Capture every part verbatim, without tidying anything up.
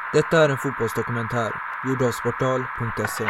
Detta är en fotbollsdokumentär gjord av sportal punkt se.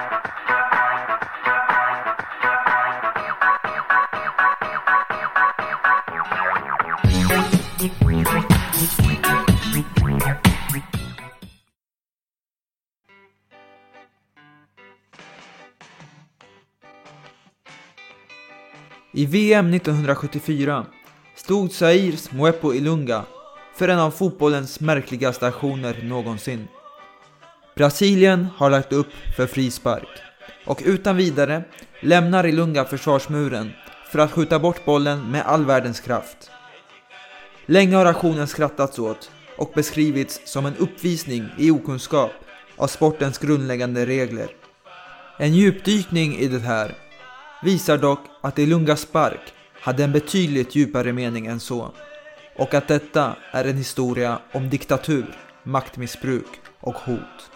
I V M nittonhundrasjuttiofyra stod Zaires Mwepu Ilunga för en av fotbollens märkligaste aktioner någonsin. Brasilien har lagt upp för frispark och utan vidare lämnar Ilunga försvarsmuren för att skjuta bort bollen med all världens kraft. Länge har aktionen skrattats åt och beskrivits som en uppvisning i okunskap av sportens grundläggande regler. En djupdykning i det här visar dock att Ilungas spark hade en betydligt djupare mening än så, och att detta är en historia om diktatur, maktmissbruk och hot.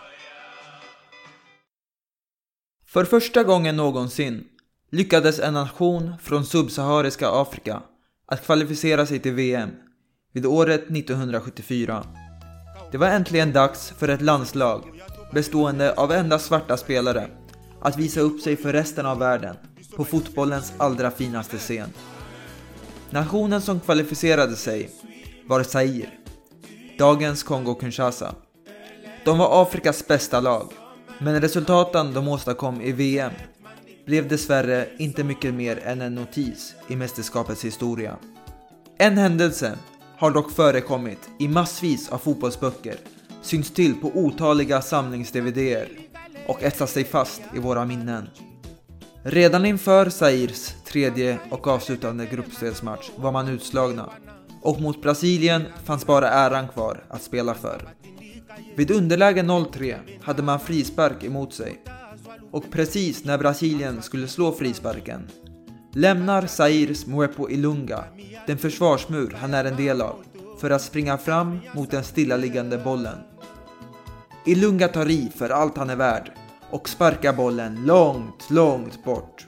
För första gången någonsin lyckades en nation från subsahariska Afrika att kvalificera sig till V M vid året nittonhundrasjuttiofyra. Det var äntligen dags för ett landslag bestående av endast svarta spelare att visa upp sig för resten av världen på fotbollens allra finaste scen. Nationen som kvalificerade sig var Zaire, dagens Kongo-Kinshasa. De var Afrikas bästa lag, men resultaten de åstadkom i V M blev dessvärre inte mycket mer än en notis i mästerskapets historia. En händelse har dock förekommit i massvis av fotbollsböcker, syns till på otaliga samlings-D V D-er och etsar sig fast i våra minnen. Redan inför Zaires tredje och avslutande gruppspelsmatch var man utslagna, och mot Brasilien fanns bara äran kvar att spela för. Vid underläge noll tre hade man frispark emot sig, och precis när Brasilien skulle slå frisparken lämnar Zaires Mwepu Ilunga den försvarsmur han är en del av för att springa fram mot den stillaliggande bollen. Ilunga tar i för allt han är värd och sparkar bollen långt, långt bort.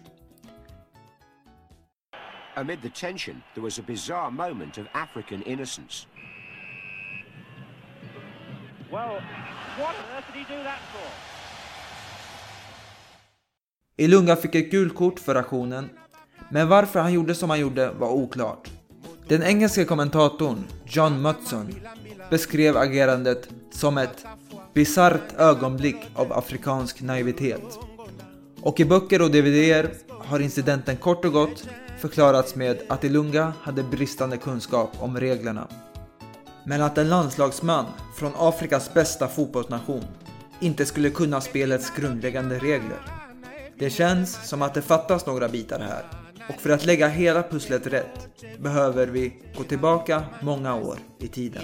Amid the tension, there was a bizarre moment of African innocence. Well, what on earth did he do that for? Ilunga fick ett gult kort för aktionen, men varför han gjorde som han gjorde var oklart. Den engelska kommentatorn John Mutson beskrev agerandet som ett bisarrt ögonblick av afrikansk naivitet. Och i böcker och D V D-er har incidenten kort och gott förklarats med att Ilunga hade bristande kunskap om reglerna. Men att en landslagsman från Afrikas bästa fotbollsnation inte skulle kunna spelets grundläggande regler. Det känns som att det fattas några bitar här. Och för att lägga hela pusslet rätt behöver vi gå tillbaka många år i tiden.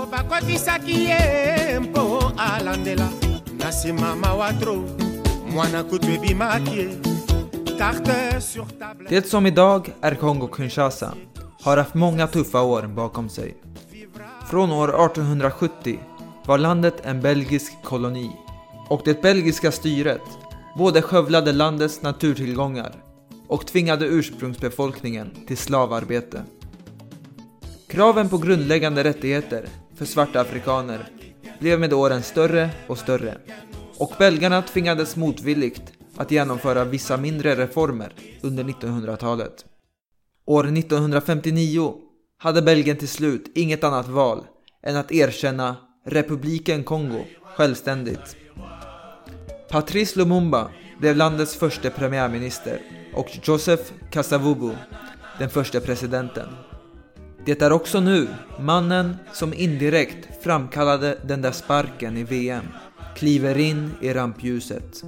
Det som idag är Kongo-Kinshasa har haft många tuffa år bakom sig. Från år artonhundrasjuttio var landet en belgisk koloni, och det belgiska styret både skövlade landets naturtillgångar och tvingade ursprungsbefolkningen till slavarbete. Kraven på grundläggande rättigheter för svarta afrikaner blev med åren större och större, och belgarna tvingades motvilligt att genomföra vissa mindre reformer under nittonhundratalet. År nittonhundrafemtionio hade Belgien till slut inget annat val än att erkänna Republiken Kongo självständigt. Patrice Lumumba blev landets första premiärminister och Joseph Kasavubu den första presidenten. Det är också nu mannen som indirekt framkallade den där sparken i V M kliver in i rampljuset.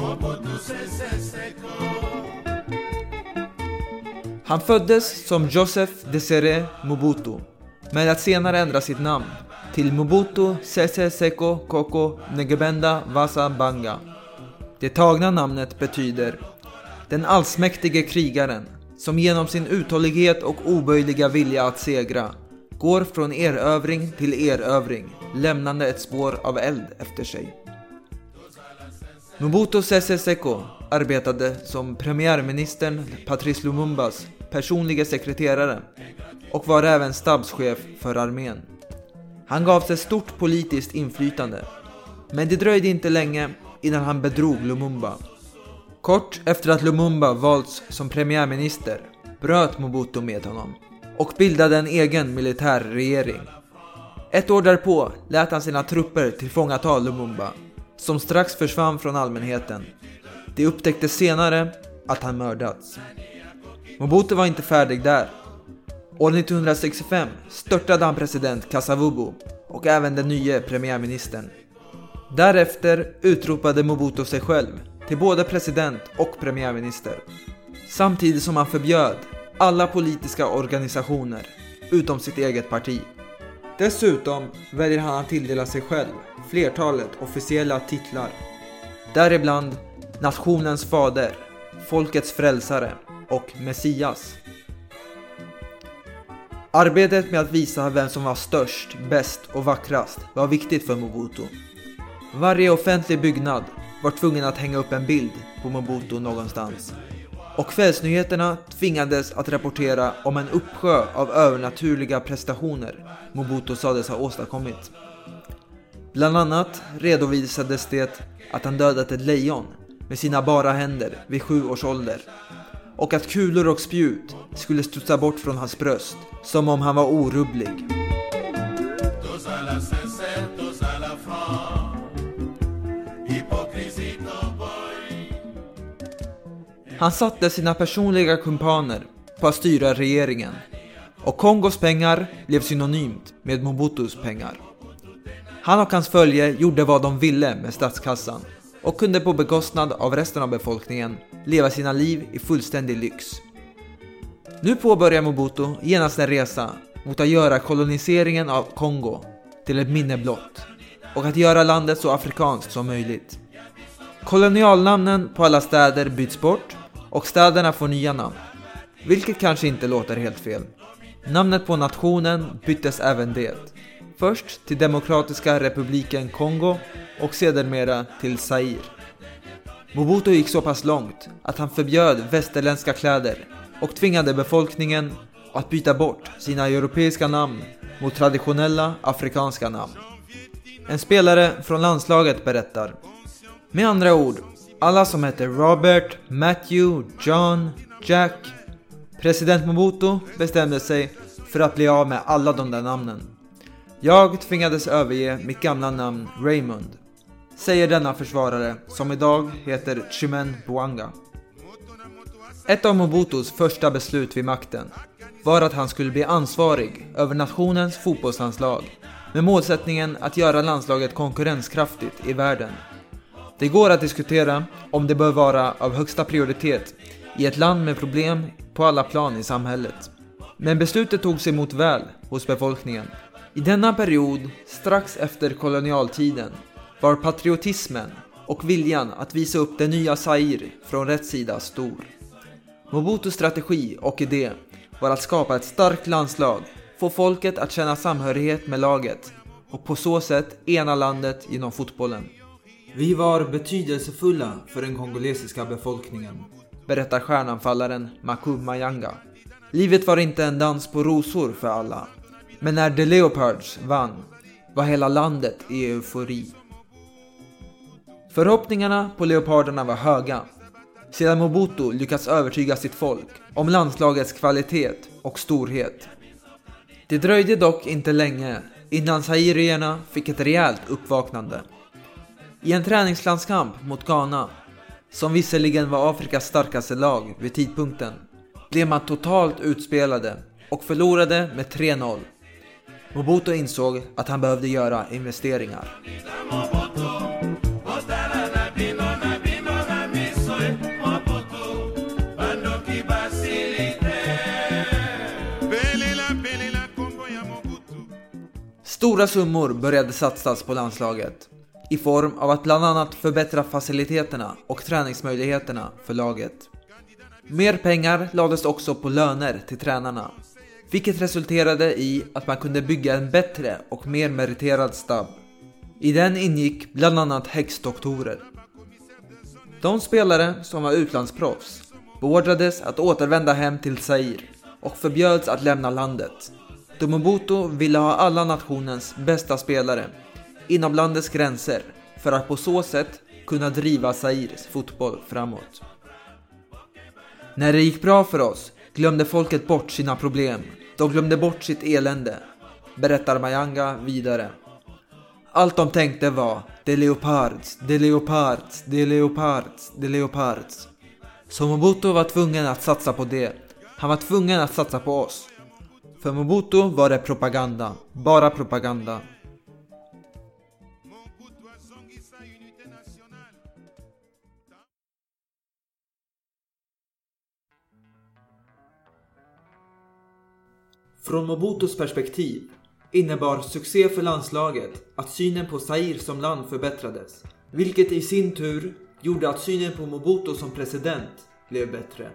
Han föddes som Joseph Désiré Mobutu, men att senare ändra sitt namn till Mobutu Sese Seko Koko Ngebenda Wasa Banga. Det tagna namnet betyder den allsmäktige krigaren som genom sin uthållighet och oböjliga vilja att segra går från erövring till erövring, lämnande ett spår av eld efter sig. Mobutu Sese Seko arbetade som premiärministern Patrice Lumumbas personliga sekreterare och var även stabschef för armén. Han gav sig stort politiskt inflytande. Men det dröjde inte länge innan han bedrog Lumumba. Kort efter att Lumumba valts som premiärminister bröt Mobutu med honom och bildade en egen militär regering. Ett år därpå lät han sina trupper tillfångata Lumumba, som strax försvann från allmänheten. Det upptäcktes senare att han mördats. Mobutu var inte färdig där. År nittonhundrasextiofem störtade han president Kasavubu och även den nya premiärministern. Därefter utropade Mobutu sig själv till både president och premiärminister, samtidigt som han förbjöd alla politiska organisationer utom sitt eget parti. Dessutom väljer han att tilldela sig själv flertalet officiella titlar, däribland nationens fader, folkets frälsare och Messias. Arbetet med att visa vem som var störst, bäst och vackrast var viktigt för Mobutu. Varje offentlig byggnad var tvungen att hänga upp en bild på Mobutu någonstans. Och kvällsnyheterna tvingades att rapportera om en uppsjö av övernaturliga prestationer Mobutu sades ha åstadkommit. Bland annat redovisades det att han dödat ett lejon med sina bara händer vid sju års ålder. Och att kulor och spjut skulle studsa bort från hans bröst som om han var orubblig. Han satte sina personliga kumpaner på att styra regeringen, och Kongos pengar blev synonymt med Mobutus pengar. Han och hans följe gjorde vad de ville med statskassan och kunde på bekostnad av resten av befolkningen leva sina liv i fullständig lyx. Nu påbörjar Mobutu genast en resa mot att göra koloniseringen av Kongo till ett minne blott och att göra landet så afrikanskt som möjligt. Kolonialnamnen på alla städer byts bort och städerna får nya namn, vilket kanske inte låter helt fel. Namnet på nationen byttes även det. Först till Demokratiska republiken Kongo och sedermera till Zaire. Mobutu gick så pass långt att han förbjöd västerländska kläder och tvingade befolkningen att byta bort sina europeiska namn mot traditionella afrikanska namn. En spelare från landslaget berättar: med andra ord, alla som heter Robert, Matthew, John, Jack. President Mobutu bestämde sig för att bli av med alla de där namnen. Jag tvingades överge mitt gamla namn Raymond, säger denna försvarare som idag heter Chimen Bwanga. Ett av Mobutus första beslut vid makten var att han skulle bli ansvarig över nationens fotbollslandslag med målsättningen att göra landslaget konkurrenskraftigt i världen. Det går att diskutera om det bör vara av högsta prioritet i ett land med problem på alla plan i samhället. Men beslutet tog sig emot väl hos befolkningen. I denna period, strax efter kolonialtiden, var patriotismen och viljan att visa upp det nya Zaire från rätt sida stor. Mobutus strategi och idé var att skapa ett starkt landslag, få folket att känna samhörighet med laget och på så sätt ena landet genom fotbollen. Vi var betydelsefulla för den kongolesiska befolkningen, berättar stjärnanfallaren Makou Mayanga. Livet var inte en dans på rosor för alla, men när The Leopards vann var hela landet i eufori. Förhoppningarna på leoparderna var höga, sedan Mobutu lyckats övertyga sitt folk om landslagets kvalitet och storhet. Det dröjde dock inte länge innan zairierna fick ett rejält uppvaknande. I en träningslandskamp mot Ghana, som visserligen var Afrikas starkaste lag vid tidpunkten, blev man totalt utspelade och förlorade med tre noll. Mobutu insåg att han behövde göra investeringar. Stora summor började satsas på landslaget i form av att bland annat förbättra faciliteterna och träningsmöjligheterna för laget. Mer pengar lades också på löner till tränarna, vilket resulterade i att man kunde bygga en bättre och mer meriterad stab. I den ingick bland annat häxdoktorer. De spelare som var utlandsproffs beordrades att återvända hem till Zaire och förbjöds att lämna landet. då Mobutu ville ha alla nationens bästa spelare inom landets gränser för att på så sätt kunna driva Zaires fotboll framåt. När det gick bra för oss glömde folket bort sina problem. De glömde bort sitt elände, berättar Mayanga vidare. Allt de tänkte var de leopards, de leopards, de leopards, de leopards. Så Mobutu var tvungen att satsa på det. Han var tvungen att satsa på oss. För Mobutu var det propaganda, bara propaganda. Från Mobutus perspektiv innebar succé för landslaget att synen på Zaire som land förbättrades, vilket i sin tur gjorde att synen på Mobutu som president blev bättre.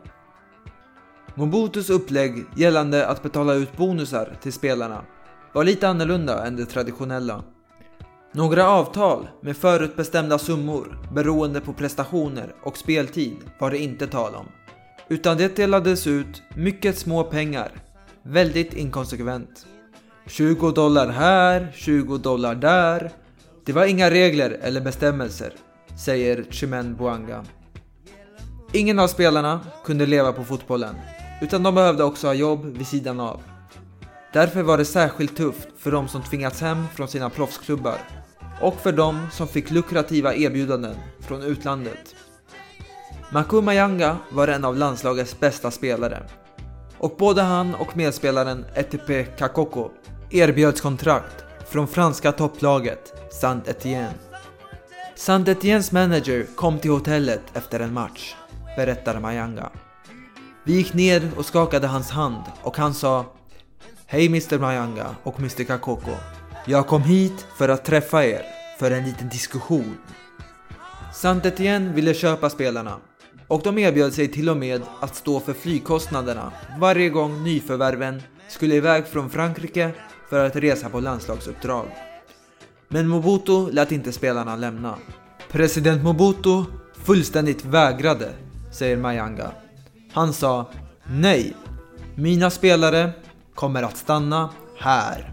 Mobutus upplägg gällande att betala ut bonusar till spelarna var lite annorlunda än det traditionella. Några avtal med förutbestämda summor beroende på prestationer och speltid var det inte tal om, utan det delades ut mycket små pengar, väldigt inkonsekvent. tjugo dollar här, tjugo dollar där. Det var inga regler eller bestämmelser, säger Chimen Bouanga. Ingen av spelarna kunde leva på fotbollen, utan de behövde också ha jobb vid sidan av. Därför var det särskilt tufft för de som tvingats hem från sina proffsklubbar och för de som fick lukrativa erbjudanden från utlandet. Maku Mayanga var en av landslagets bästa spelare, och både han och medspelaren E T P Kakoko erbjöds kontrakt från franska topplaget Saint-Étienne. Saint-Étiennes manager kom till hotellet efter en match, berättar Mayanga. Vi gick ner och skakade hans hand och han sa: Hej mister Mayanga och mister Kakoko. Jag kom hit för att träffa er för en liten diskussion. Saint-Étienne ville köpa spelarna och de erbjöd sig till och med att stå för flygkostnaderna varje gång nyförvärven skulle iväg från Frankrike för att resa på landslagsuppdrag. Men Mobutu lät inte spelarna lämna. President Mobutu fullständigt vägrade, säger Mayanga. Han sa: nej, mina spelare kommer att stanna här.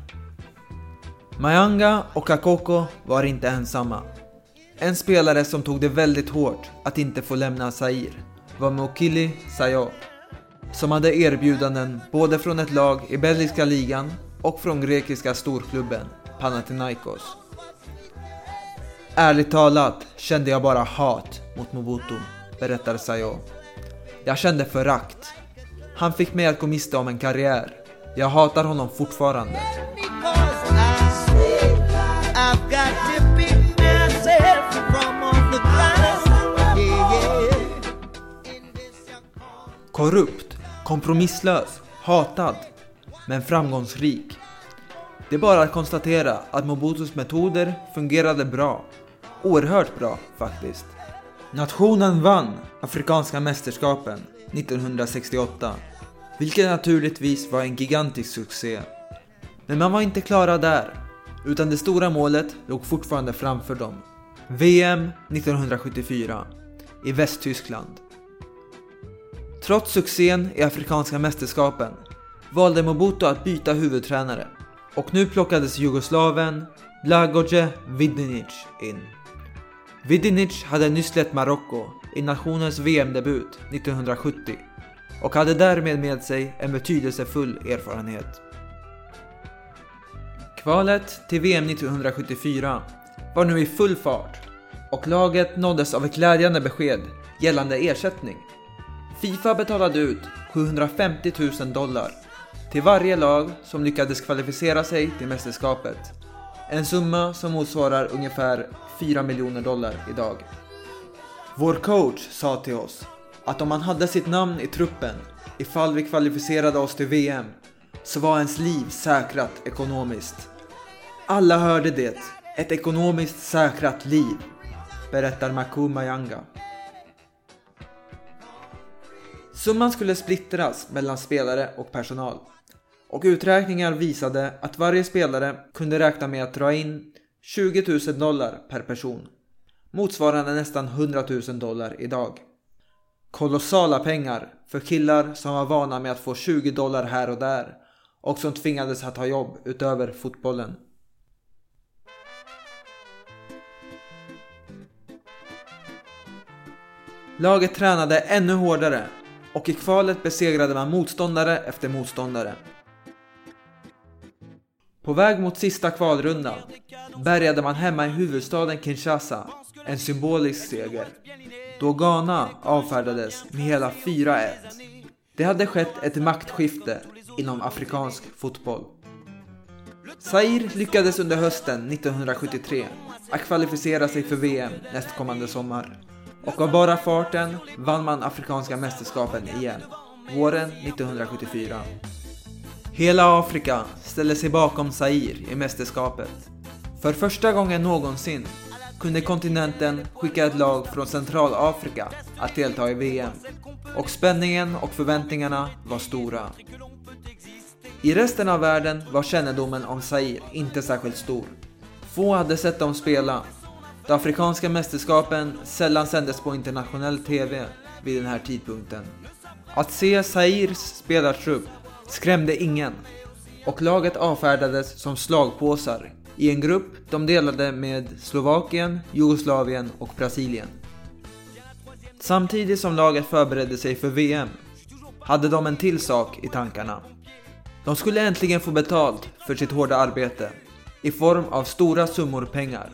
Mayanga och Kakoko var inte ensamma. En spelare som tog det väldigt hårt att inte få lämna Zaire var Mokili Sayo, som hade erbjudanden både från ett lag i belgiska ligan och från grekiska storklubben Panathinaikos. Ärligt talat kände jag bara hat mot Mobutu, berättar Sayo. Jag kände förakt. Han fick mig att gå miste om en karriär. Jag hatar honom fortfarande. Korrupt, kompromisslös, hatad, men framgångsrik. Det är bara att konstatera att Mobutus metoder fungerade bra. Oerhört bra faktiskt. Nationen vann Afrikanska mästerskapen nittonhundrasextioåtta, vilket naturligtvis var en gigantisk succé. Men man var inte klara där, utan det stora målet låg fortfarande framför dem. V M nittonhundrasjuttiofyra i Västtyskland. Trots succén i Afrikanska mästerskapen valde Mobutu att byta huvudtränare, och nu plockades jugoslaven Blagoje Vidinic in. Vidinic hade nyss lett Marocko i nationens V M-debut nittonhundrasjuttio och hade därmed med sig en betydelsefull erfarenhet. Kvalet till V M nittonhundrasjuttiofyra var nu i full fart och laget nåddes av ett glädjande besked gällande ersättning. FIFA betalade ut sjuhundrafemtio tusen dollar till varje lag som lyckades kvalificera sig till mästerskapet. En summa som motsvarar ungefär fyra miljoner dollar idag. Vår coach sa till oss att om man hade sitt namn i truppen ifall vi kvalificerade oss till V M, så var ens liv säkrat ekonomiskt. Alla hörde det, ett ekonomiskt säkrat liv, berättar Maku Mayanga. Summan skulle splittras mellan spelare och personal, och uträkningar visade att varje spelare kunde räkna med att dra in tjugo tusen dollar per person, motsvarande nästan hundra tusen dollar idag. Kolossala pengar för killar som var vana med att få tjugo dollar här och där och som tvingades att ha jobb utöver fotbollen. Laget tränade ännu hårdare och i kvalet besegrade man motståndare efter motståndare. På väg mot sista kvalrundan bärgade man hemma i huvudstaden Kinshasa en symbolisk seger, då Ghana avfärdades med hela fyra ett. Det hade skett ett maktskifte inom afrikansk fotboll. Zaire lyckades under hösten nittonhundrasjuttiotre att kvalificera sig för V M nästkommande sommar. Och av bara farten vann man afrikanska mästerskapen igen, våren nittonhundrasjuttiofyra. Hela Afrika ställde sig bakom Zaire i mästerskapet. För första gången någonsin kunde kontinenten skicka ett lag från Centralafrika att delta i V M. Och spänningen och förväntningarna var stora. I resten av världen var kännedomen om Zaire inte särskilt stor. Få hade sett dem spela. De afrikanska mästerskapen sällan sändes på internationell tv vid den här tidpunkten. Att se Zaires spelartrupp skrämde ingen och laget avfärdades som slagpåsar i en grupp de delade med Slovakien, Jugoslavien och Brasilien. Samtidigt som laget förberedde sig för V M hade de en till sak i tankarna. De skulle äntligen få betalt för sitt hårda arbete i form av stora summor pengar.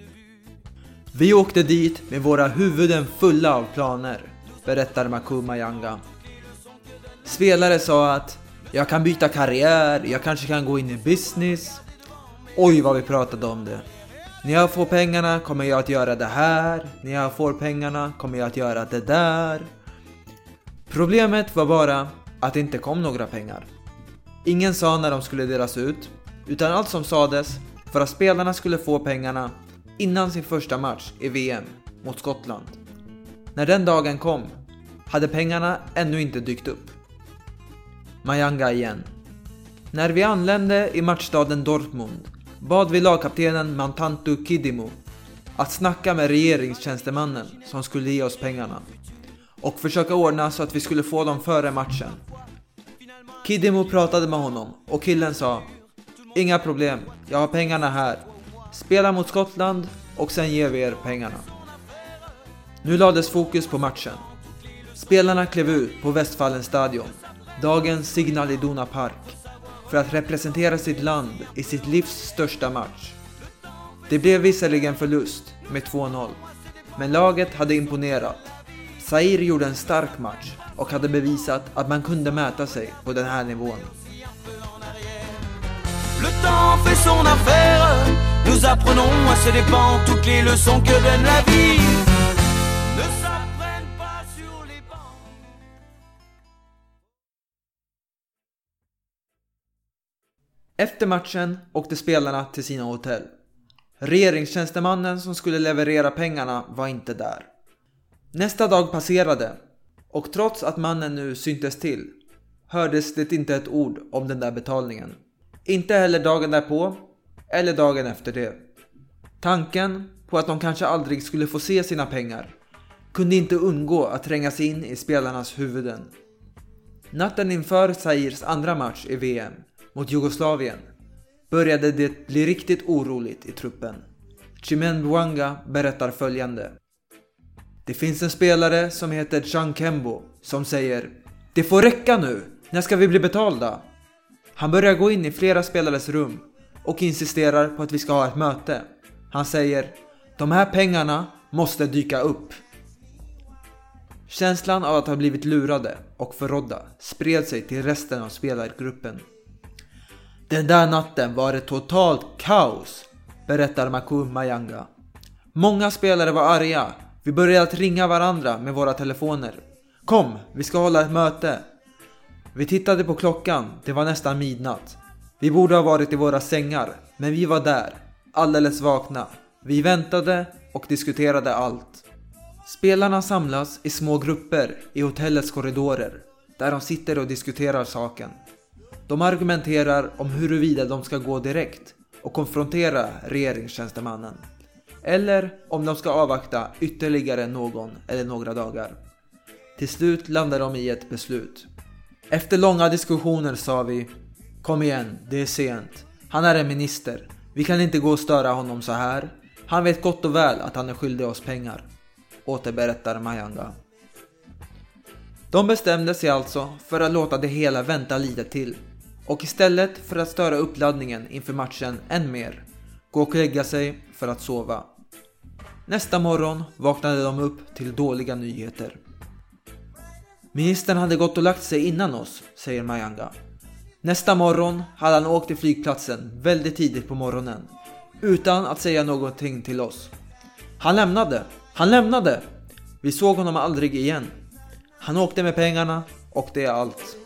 Vi åkte dit med våra huvuden fulla av planer, berättar Makou Mayanga. Spelare sa att jag kan byta karriär, jag kanske kan gå in i business. Oj vad vi pratade om det. När jag får pengarna kommer jag att göra det här. När jag får pengarna kommer jag att göra det där. Problemet var bara att det inte kom några pengar. Ingen sa när de skulle delas ut, utan allt som sades för att spelarna skulle få pengarna innan sin första match i V M mot Skottland. När den dagen kom hade pengarna ännu inte dykt upp. Mayanga igen. När vi anlände i matchstaden Dortmund bad vi lagkaptenen Mantantu Kidimo att snacka med regeringstjänstemannen som skulle ge oss pengarna och försöka ordna så att vi skulle få dem före matchen. Kidimo pratade med honom och killen sa: inga problem, jag har pengarna här. Spela mot Skottland och sen ger vi er pengarna. Nu lades fokus på matchen. Spelarna klev ut på Westfallen stadion, dagens Signal Iduna Park, för att representera sitt land i sitt livs största match. Det blev visserligen förlust med två noll, men laget hade imponerat. Zaire gjorde en stark match och hade bevisat att man kunde mäta sig på den här nivån. Le temps fait son affaire, nous apprenons à ses dépens toutes les leçons que donne la vie. Ne s'apprennent pas sur les bancs. Efter matchen åkte spelarna till sina hotell. Regeringstjänstemannen som skulle leverera pengarna var inte där. Nästa dag passerade och trots att mannen nu syntes till hördes det inte ett ord om den där betalningen. Inte heller dagen därpå eller dagen efter det. Tanken på att de kanske aldrig skulle få se sina pengar kunde inte undgå att tränga sig in i spelarnas huvuden. Natten inför Zaires andra match i V M mot Jugoslavien började det bli riktigt oroligt i truppen. Chimene Bwanga berättar följande. Det finns en spelare som heter Jean Kembo som säger: det får räcka nu, när ska vi bli betalda? Han börjar gå in i flera spelares rum och insisterar på att vi ska ha ett möte. Han säger: de här pengarna måste dyka upp. Känslan av att ha blivit lurade och förrådda spred sig till resten av spelargruppen. Den där natten var det totalt kaos, berättar Makou Mayanga. Många spelare var arga. Vi började att ringa varandra med våra telefoner. Kom, vi ska hålla ett möte. Vi tittade på klockan, det var nästan midnatt. Vi borde ha varit i våra sängar, men vi var där, alldeles vakna. Vi väntade och diskuterade allt. Spelarna samlas i små grupper i hotellets korridorer, där de sitter och diskuterar saken. De argumenterar om huruvida de ska gå direkt och konfrontera regeringstjänstemannen, eller om de ska avvakta ytterligare någon eller några dagar. Till slut landar de i ett beslut. Efter långa diskussioner sa vi: Kom igen, det är sent. Han är en minister. Vi kan inte gå och störa honom så här. Han vet gott och väl att han är skyldig oss pengar. Återberättar Mayanga. De bestämde sig alltså för att låta det hela vänta lite till. Och istället för att störa uppladdningen inför matchen än mer, gå och lägga sig för att sova. Nästa morgon vaknade de upp till dåliga nyheter. Ministern hade gått och lagt sig innan oss, säger Mayanga. Nästa morgon hade han åkt till flygplatsen väldigt tidigt på morgonen, utan att säga någonting till oss. Han lämnade, han lämnade! Vi såg honom aldrig igen. Han åkte med pengarna och det är allt.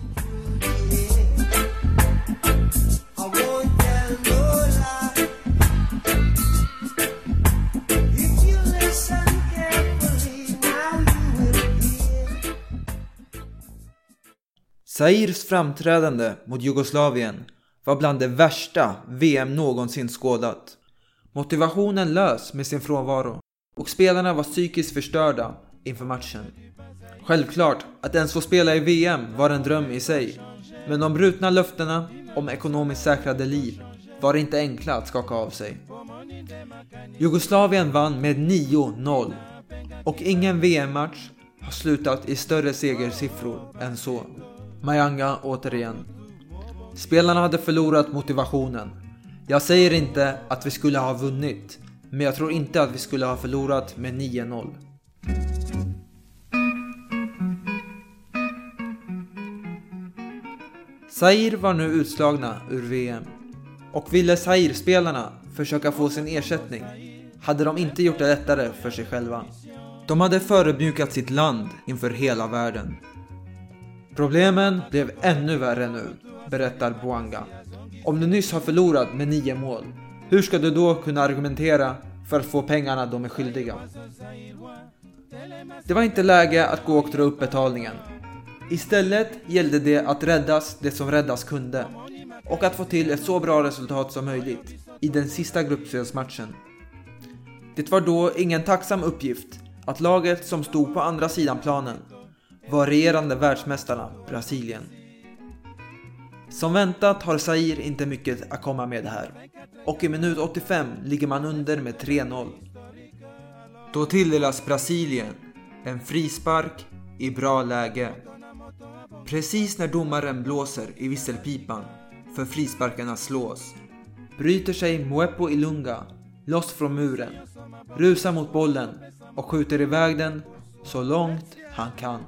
Zairs framträdande mot Jugoslavien var bland det värsta V M någonsin skådat. Motivationen lös med sin frånvaro och spelarna var psykiskt förstörda inför matchen. Självklart att ens få spela i V M var en dröm i sig, men de brutna löftena om ekonomiskt säkrade liv var inte enkla att skaka av sig. Jugoslavien vann med nio noll och ingen V M-match har slutat i större segersiffror än så. Mayanga återigen. Spelarna hade förlorat motivationen. Jag säger inte att vi skulle ha vunnit, men jag tror inte att vi skulle ha förlorat med nio noll. Zaire var nu utslagna ur V M. Och ville Zaire-spelarna försöka få sin ersättning, hade de inte gjort det lättare för sig själva. De hade förödmjukat sitt land inför hela världen. Problemen blev ännu värre nu, berättar Bouanga. Om du nyss har förlorat med nio mål, hur ska du då kunna argumentera för att få pengarna de är skyldiga? Det var inte läge att gå och dra upp betalningen. Istället gällde det att räddas det som räddas kunde och att få till ett så bra resultat som möjligt i den sista gruppspelsmatchen. Det var då ingen tacksam uppgift att laget som stod på andra sidan planen var regerande världsmästarna Brasilien. Som väntat har Zaire inte mycket att komma med här, och i minut åttiofem ligger man under med tre noll. Då tilldelas Brasilien en frispark i bra läge. Precis när domaren blåser i visselpipan för frisparkarna slås, bryter sig Mwepu Ilunga loss från muren, rusar mot bollen och skjuter iväg den så långt han kan.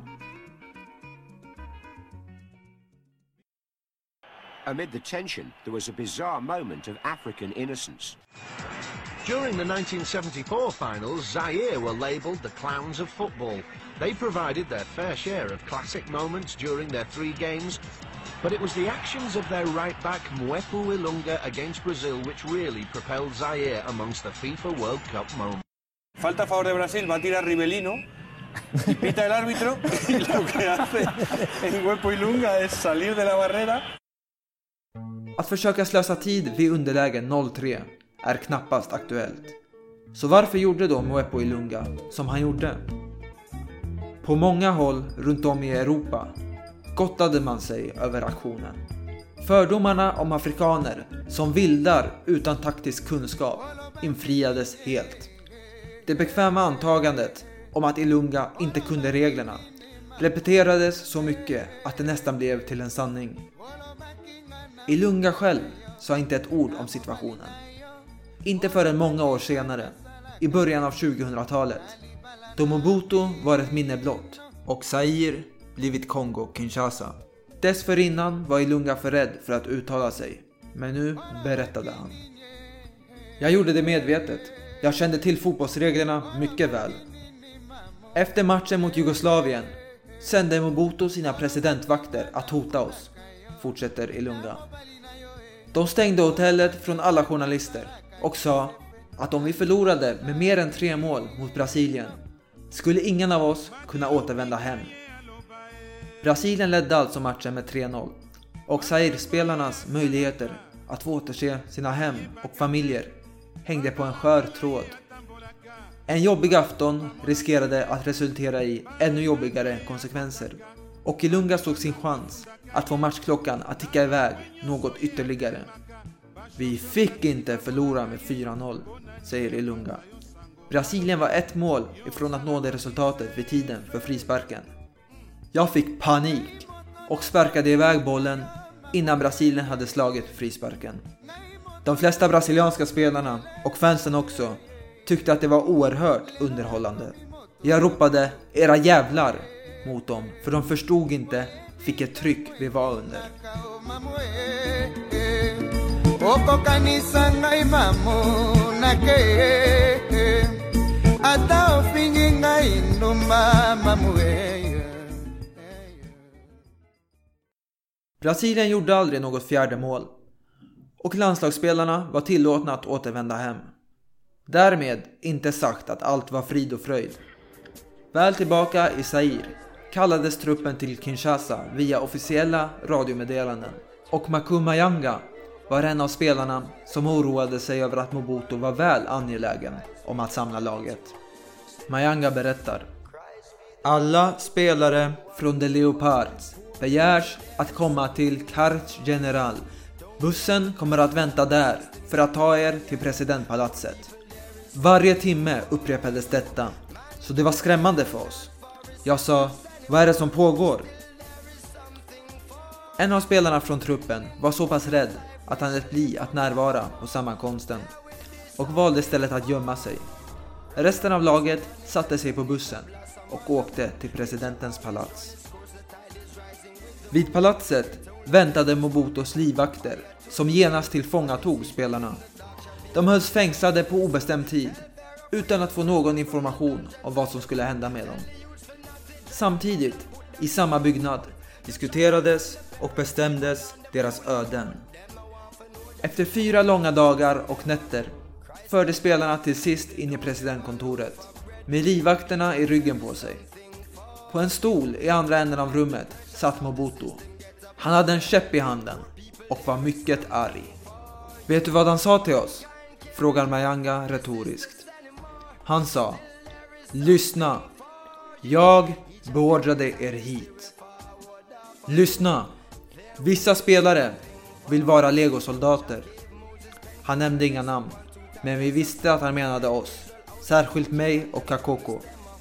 Amid the tension, there was a bizarre moment of African innocence. During the nineteen seventy-four finals, Zaire were labelled the clowns of football. They provided their fair share of classic moments during their three games, but it was the actions of their right-back Mwepu Ilunga against Brazil which really propelled Zaire amongst the FIFA World Cup moments. Falta a favor de Brasil, va a tirar Ribelino, y pita el árbitro, y lo que hace en Mwepu Ilunga es salir de la barrera. Att försöka slösa tid vid underläge noll tre är knappast aktuellt. Så varför gjorde då Mwepu Ilunga som han gjorde? På många håll runt om i Europa gottade man sig över aktionen. Fördomarna om afrikaner som vildar utan taktisk kunskap infriades helt. Det bekväma antagandet om att Ilunga inte kunde reglerna repeterades så mycket att det nästan blev till en sanning. Ilunga själv sa inte ett ord om situationen. Inte förrän många år senare, i början av tjugohundratalet, då Mobutu var ett minne blott och Zaire blivit Kongo-Kinshasa. Dessförinnan var Ilunga för rädd för att uttala sig, men nu berättade han. Jag gjorde det medvetet. Jag kände till fotbollsreglerna mycket väl. Efter matchen mot Jugoslavien sände Mobutu sina presidentvakter att hota oss, fortsätter Ilunga. De stängde hotellet från alla journalister och sa att om vi förlorade med mer än tre mål mot Brasilien skulle ingen av oss kunna återvända hem. Brasilien ledde alltså matchen med tre noll och Zaire-spelarnas möjligheter att få återse sina hem och familjer hängde på en skör tråd. En jobbig afton riskerade att resultera i ännu jobbigare konsekvenser. och Ilunga såg sin chans att få matchklockan att ticka iväg något ytterligare. Vi fick inte förlora med fyra noll, säger Ilunga. Brasilien var ett mål ifrån att nå det resultatet vid tiden för frisparken. Jag fick panik och sparkade iväg bollen innan Brasilien hade slagit frisparken. De flesta brasilianska spelarna och fansen också tyckte att det var oerhört underhållande. Jag ropade era jävlar mot dem för de förstod inte vilket tryck vi var under. Brasilien gjorde aldrig något fjärde mål och landslagsspelarna var tillåtna att återvända hem. Därmed inte sagt att allt var frid och fröjd. Väl tillbaka i Zaire kallades truppen till Kinshasa via officiella radiomeddelanden och Maku Mayanga var en av spelarna som oroade sig över att Mobutu var väl angelägen om att samla laget. Mayanga berättar: alla spelare från de Leopards begärs att komma till Quartier General. Bussen kommer att vänta där för att ta er till presidentpalatset. Varje timme upprepades detta, så det var skrämmande för oss. Jag sa, vad är det som pågår? En av spelarna från truppen var så pass rädd att han lät bli att närvara på sammankomsten och valde istället att gömma sig. Resten av laget satte sig på bussen och åkte till presidentens palats. Vid palatset väntade Mobutus livvakter som genast tillfångatog spelarna. De hölls fängslade på obestämd tid utan att få någon information om vad som skulle hända med dem. Samtidigt, i samma byggnad, diskuterades och bestämdes deras öden. Efter fyra långa dagar och nätter förde spelarna till sist in i presidentkontoret med livvakterna i ryggen på sig. På en stol i andra änden av rummet satt Mobutu. Han hade en käpp i handen och var mycket arg. Vet du vad han sa till oss? Frågar Mayanga retoriskt. Han sa: lyssna, jag beordrade er hit. Lyssna, vissa spelare vill vara legosoldater. Han nämnde inga namn, men vi visste att han menade oss, särskilt mig och Kakoko.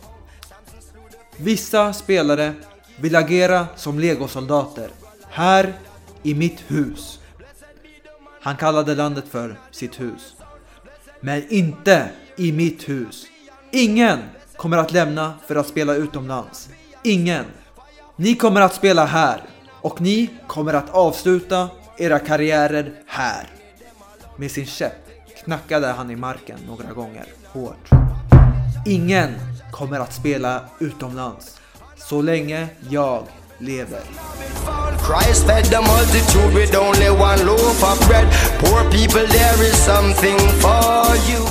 Vissa spelare vill agera som legosoldater här i mitt hus. Han kallade landet för sitt hus. Men inte i mitt hus. Ingen kommer att lämna för att spela utomlands. Ingen. Ni kommer att spela här. Och ni kommer att avsluta era karriärer här. Med sin käpp knackade han i marken några gånger hårt. Ingen kommer att spela utomlands så länge jag lever. Christ fed the multitude with only one loaf of bread. Poor people, there is something for you.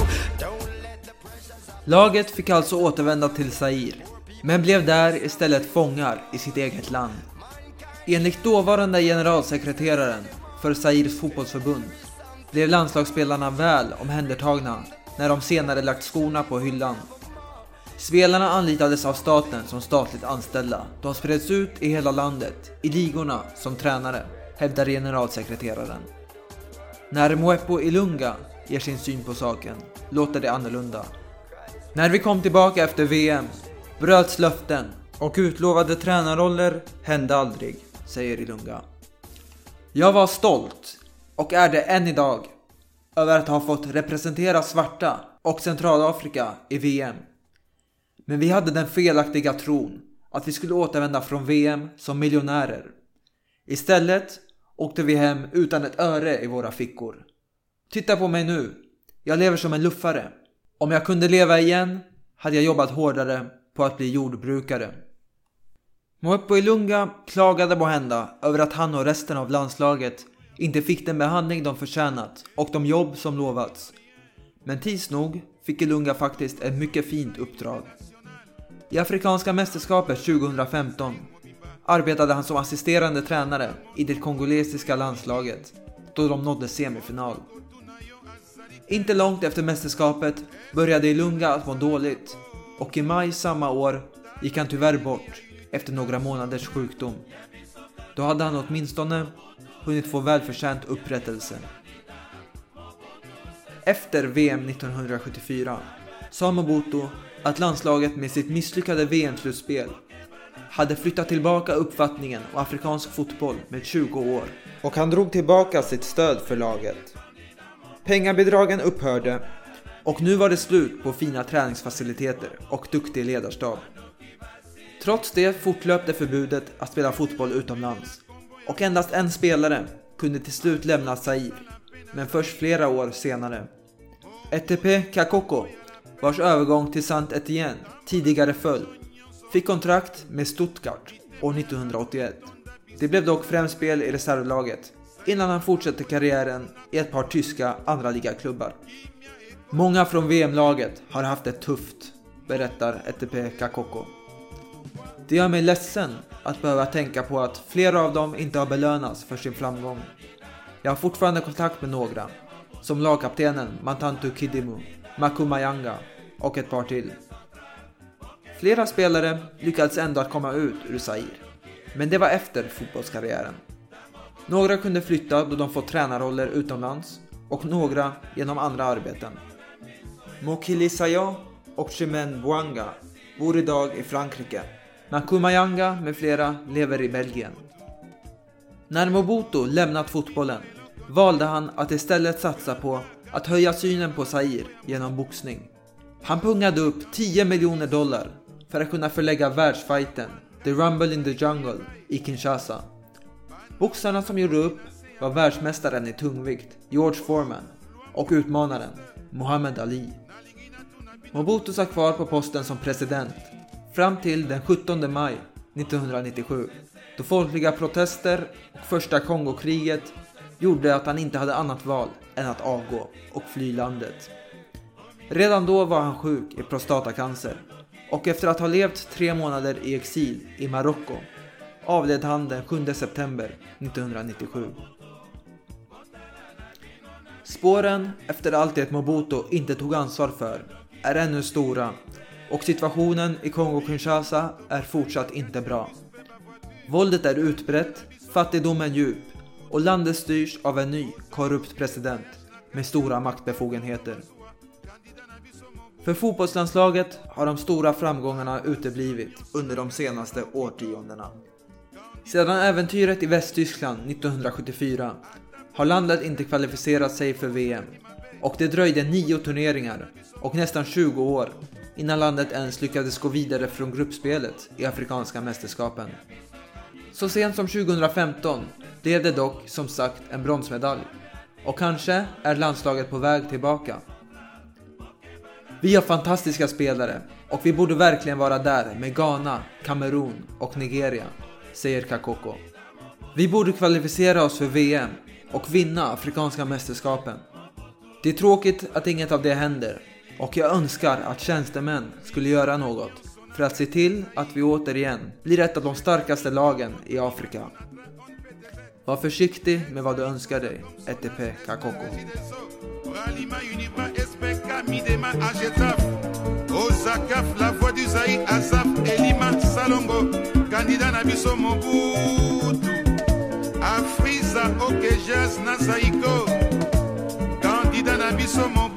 Laget fick alltså återvända till Zaire, men blev där istället fångar i sitt eget land. Enligt dåvarande generalsekreteraren för Zaires fotbollsförbund blev landslagsspelarna väl omhändertagna när de senare lagt skorna på hyllan. Spelarna anlitades av staten som statligt anställda. De spreds ut i hela landet, i ligorna som tränare, hävdar generalsekreteraren. När Moepo Ilunga ger sin syn på saken låter det annorlunda. När vi kom tillbaka efter V M bröts löften och utlovade tränarroller hände aldrig, säger Ilunga. Jag var stolt, och är det än idag, över att ha fått representera svarta och Centralafrika i V M. Men vi hade den felaktiga tron att vi skulle återvända från V M som miljonärer. Istället åkte vi hem utan ett öre i våra fickor. Titta på mig nu, jag lever som en luffare. Om jag kunde leva igen hade jag jobbat hårdare på att bli jordbrukare. Moepo Ilunga klagade på hända över att han och resten av landslaget inte fick den behandling de förtjänat och de jobb som lovats. Men tids nog fick Ilunga faktiskt ett mycket fint uppdrag. I Afrikanska mästerskapet tjugohundrafemton arbetade han som assisterande tränare i det kongolesiska landslaget då de nådde semifinal. Inte långt efter mästerskapet började Ilunga att må dåligt och i maj samma år gick han tyvärr bort efter några månaders sjukdom. Då hade han åtminstone hunnit få välförtjänt upprättelse. Efter V M nittonhundrasjuttiofyra sa Mobutu att landslaget med sitt misslyckade V M-slutspel hade flyttat tillbaka uppfattningen om afrikansk fotboll med tjugo år. Och han drog tillbaka sitt stöd för laget. Pengabidragen upphörde och nu var det slut på fina träningsfaciliteter och duktig ledarstab. Trots det fortlöpte förbudet att spela fotboll utomlands och endast en spelare kunde till slut lämna Zaire, men först flera år senare. E T P Kakoko, vars övergång till Saint-Étienne tidigare föll, fick kontrakt med Stuttgart år nittonhundraåttioett. Det blev dock främst spel i reservlaget innan han fortsatte karriären i ett par tyska andra ligaklubbar. Många från V M-laget har haft det tufft, berättar E T P Kakoko. Det gör mig ledsen att behöva tänka på att flera av dem inte har belönats för sin framgång. Jag har fortfarande kontakt med några, som lagkaptenen Mantantu Kidimu, Maku Mayanga och ett par till. Flera spelare lyckades ändå att komma ut ur Zaire, men det var efter fotbollskarriären. Några kunde flytta då de fått tränarroller utomlands och några genom andra arbeten. Mokili Sayo och Chemen Bouanga bor idag i Frankrike. Maku Mayanga med flera lever i Belgien. När Mobutu lämnat fotbollen valde han att istället satsa på att höja synen på Zaire genom boxning. Han pungade upp tio miljoner dollar för att kunna förlägga världsfighten The Rumble in the Jungle i Kinshasa. Boxarna som gjorde upp var världsmästaren i tungvikt George Foreman och utmanaren Muhammad Ali. Mobutu satt kvar på posten som president fram till den sjuttonde maj nittonhundranittiosju, då folkliga protester och första Kongokriget gjorde att han inte hade annat val än att avgå och fly landet. Redan då var han sjuk i prostatacancer och efter att ha levt tre månader i exil i Marocko avled han den sjunde september nittonhundranittiosju. Spåren efter allt det Mobutu inte tog ansvar för är ännu stora och situationen i Kongo-Kinshasa är fortsatt inte bra. Våldet är utbrett, fattigdomen djup och landet styrs av en ny korrupt president med stora maktbefogenheter. För fotbollslandslaget har de stora framgångarna uteblivit under de senaste årtiondena. Sedan äventyret i Västtyskland nittonhundrasjuttiofyra har landet inte kvalificerat sig för V M och det dröjde nio turneringar och nästan tjugo år innan landet ens lyckades gå vidare från gruppspelet i afrikanska mästerskapen. Så sent som tjugohundrafemton blev det dock som sagt en bronsmedalj och kanske är landslaget på väg tillbaka. Vi har fantastiska spelare och vi borde verkligen vara där med Ghana, Kamerun och Nigeria, säger Kakoko. Vi borde kvalificera oss för V M och vinna afrikanska mästerskapen. Det är tråkigt att inget av det händer och jag önskar att tjänstemän skulle göra något för att se till att vi återigen blir ett av de starkaste lagen i Afrika. Var försiktig med vad du önskar dig, E T P Kakoko. La voix du Zaïre, Asaf, Elima, Salongo, candidat Nabiso Mobutu, Afriza, Okejas, Nazaïko, candidat Nabiso Mobutu.